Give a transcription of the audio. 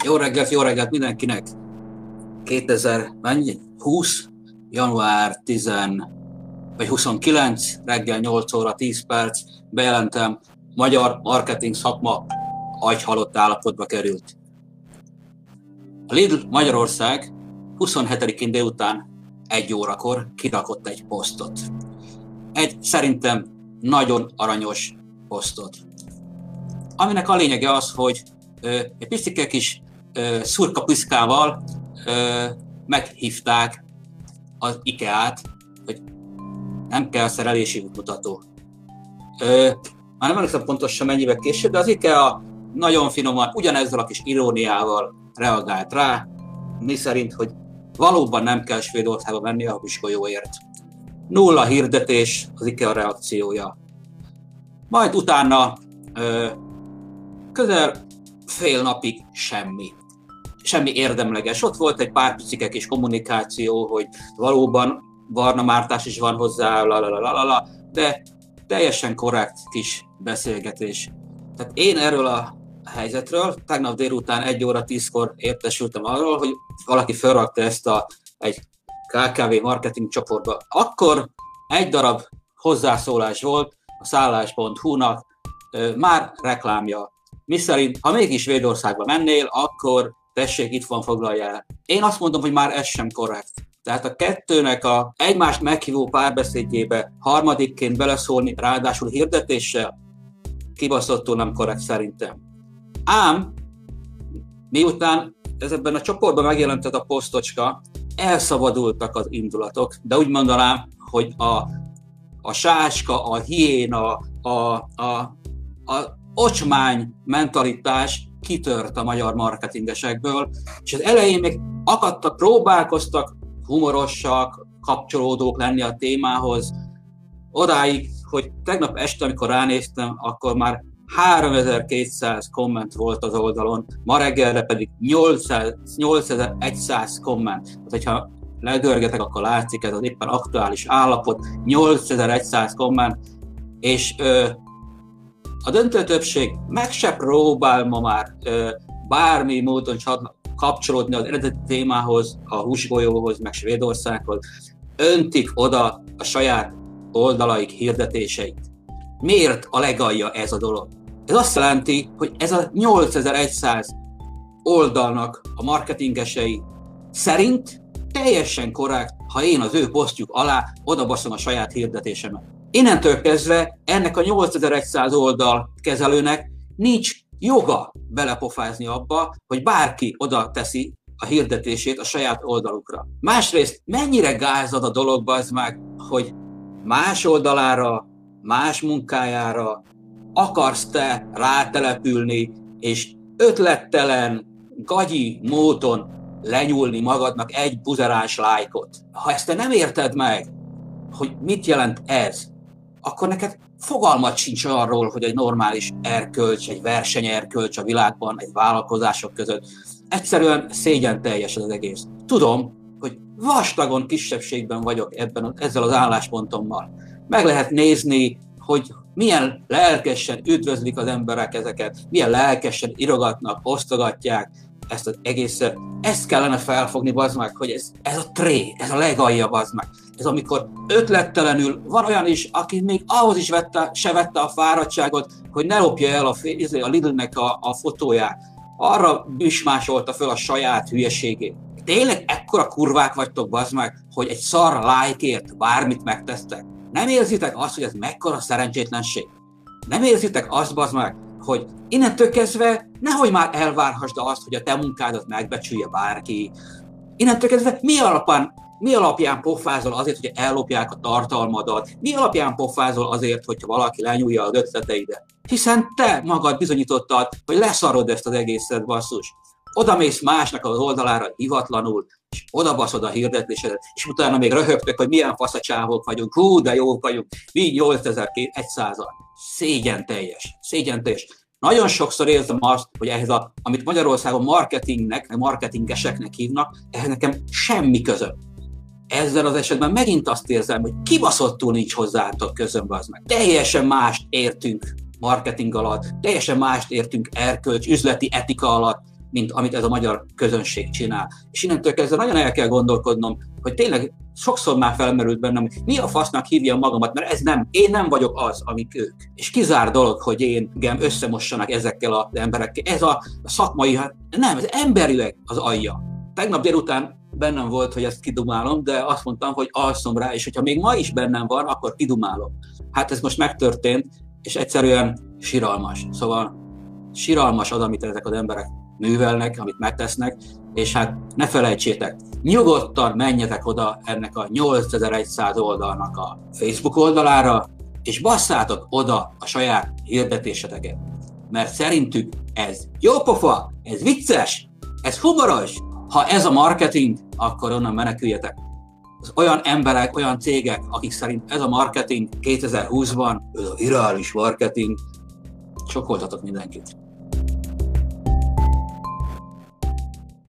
Jó reggelt mindenkinek! 2020. január 10 vagy 29. reggel 8 óra 10 perc bejelentem, magyar marketing szakma agyhalott állapotba került. A Lidl Magyarország 27-én délután 1 órakor kirakott egy posztot. Egy szerintem nagyon aranyos posztot. Aminek a lényege az, hogy egy picike kis szurka piszkával meghívták az IKEA-t, hogy nem kell szerelési útmutató. Már nem emlékszem pontosan mennyibe később, de az IKEA nagyon finoman, ugyanezzel a kis iróniával reagált rá, miszerint, hogy valóban nem kell Svédországba menni a húsgolyóért. Nulla hirdetés az IKEA reakciója. Majd utána közel fél napig semmi érdemleges. Ott volt egy pár picike kis kommunikáció, hogy valóban Varna Mártás is van hozzá, de teljesen korrekt kis beszélgetés. Tehát én erről a helyzetről tegnap délután 1 óra 10-kor értesültem arról, hogy valaki felrakta ezt egy KKV marketing csoportba. Akkor egy darab hozzászólás volt a szállás.hu-nak, már reklámja. Miszerint, ha mégis Svédországba mennél, akkor tessék, itt van, foglaljál. Én azt mondom, hogy már ez sem korrekt. Tehát a kettőnek a egymást meghívó párbeszédjébe harmadikként beleszólni, ráadásul hirdetéssel, kibaszottul nem korrekt szerintem. Ám, miután ebben a csoportban megjelentett a posztocska, elszabadultak az indulatok, de úgy mondanám, hogy a sáska, a hiéna, a ocsmány mentalitás kitört a magyar marketingesekből, és az elején még akadtak, próbálkoztak humorosak, kapcsolódók lenni a témához, odáig, hogy tegnap este, amikor ránéztem, akkor már 3200 komment volt az oldalon, ma reggelre pedig 8100 komment. Tehát, hogyha legörgetek, akkor látszik, ez az éppen aktuális állapot, 8100 komment, és a döntő többség meg se próbál ma már bármi módon kapcsolódni az eredeti témához, a húsgolyóhoz, meg Svédországhoz. Öntik oda a saját oldalaik hirdetéseit. Miért a legalja ez a dolog? Ez azt jelenti, hogy ez a 8100 oldalnak a marketingesei szerint teljesen korrekt, ha én az ő posztjuk alá odabaszom a saját hirdetésemet. Innentől kezdve ennek a 8100 oldal kezelőnek nincs joga belepofázni abba, hogy bárki oda teszi a hirdetését a saját oldalukra. Másrészt mennyire gázad a dologba az meg, hogy más oldalára, más munkájára akarsz te rátelepülni, és ötlettelen, gagyi módon lenyúlni magadnak egy buzeráns lájkot. Ha ezt te nem érted meg, hogy mit jelent ez, akkor neked fogalmat sincs arról, hogy egy normális erkölcs, egy versenyerkölcs a világban, egy vállalkozások között. Egyszerűen szégyenteljes az egész. Tudom, hogy vastagon kisebbségben vagyok ezzel az álláspontommal. Meg lehet nézni, hogy milyen lelkesen üdvözlik az emberek ezeket, milyen lelkesen írogatnak, osztogatják ezt az egészet. Ezt kellene felfogni, bazd meg, hogy ez a tré, ez a legalja, bazd meg. Ez amikor ötlettelenül van olyan is, aki még ahhoz is se vette a fáradtságot, hogy ne lopja el a Lidlnek a fotóját. Arra büsmásolta föl a saját hülyeségét. Tényleg ekkora kurvák vagytok, bazd meg, hogy egy szar lájkért bármit megtesztek? Nem érzitek azt, hogy ez mekkora szerencsétlenség? Nem érzitek azt, bazd meg, hogy innentől kezdve nehogy már elvárhassd azt, hogy a te munkádat megbecsülje bárki. Innentől kezdve mi alapján pofázol azért, hogy ellopják a tartalmadat? Mi alapján pofázol azért, hogyha valaki lenyúlja az ötleteidet? Hiszen te magad bizonyítottad, hogy leszarod ezt az egészet, basszus. Odamész másnak az oldalára hivatlanul, és odabaszod a hirdetésedet, és utána még röhögtök, hogy milyen faszacsávok vagyunk, hú, de jók vagyunk, mi 8100-al. Szégyen teljes. Nagyon sokszor érzem azt, hogy ehhez amit Magyarországon marketingnek, marketingeseknek hívnak, ehhez nekem semmi közöm. Ezzel az esetben megint azt érzem, hogy kibaszottul nincs hozzátok közöm, az meg. Teljesen mást értünk marketing alatt, teljesen mást értünk erkölcs, üzleti etika alatt, mint amit ez a magyar közönség csinál. És innentől kezdve nagyon el kell gondolkodnom, hogy tényleg sokszor már felmerült bennem, hogy mi a fasznak hívjam magamat, mert én nem vagyok az, amik ők. És kizár dolog, hogy engem összemossanak ezekkel az emberekkel. Ez a szakmai, hát nem, ez emberileg az alja. Tegnap délután bennem volt, hogy ezt kidumálom, de azt mondtam, hogy alszom rá, és hogyha még ma is bennem van, akkor kidumálom. Hát ez most megtörtént, és egyszerűen siralmas. Szóval siralmas az, amit ezek az emberek művelnek, amit megtesznek, és hát ne felejtsétek, nyugodtan menjetek oda ennek a 8100 oldalnak a Facebook oldalára, és basszátok oda a saját hirdetéseteket. Mert szerintük ez jópofa, ez vicces, ez humoros. Ha ez a marketing, akkor onnan meneküljetek. Az olyan emberek, olyan cégek, akik szerint ez a marketing 2020-ban, ez a virális marketing, csokoltatok mindenkit.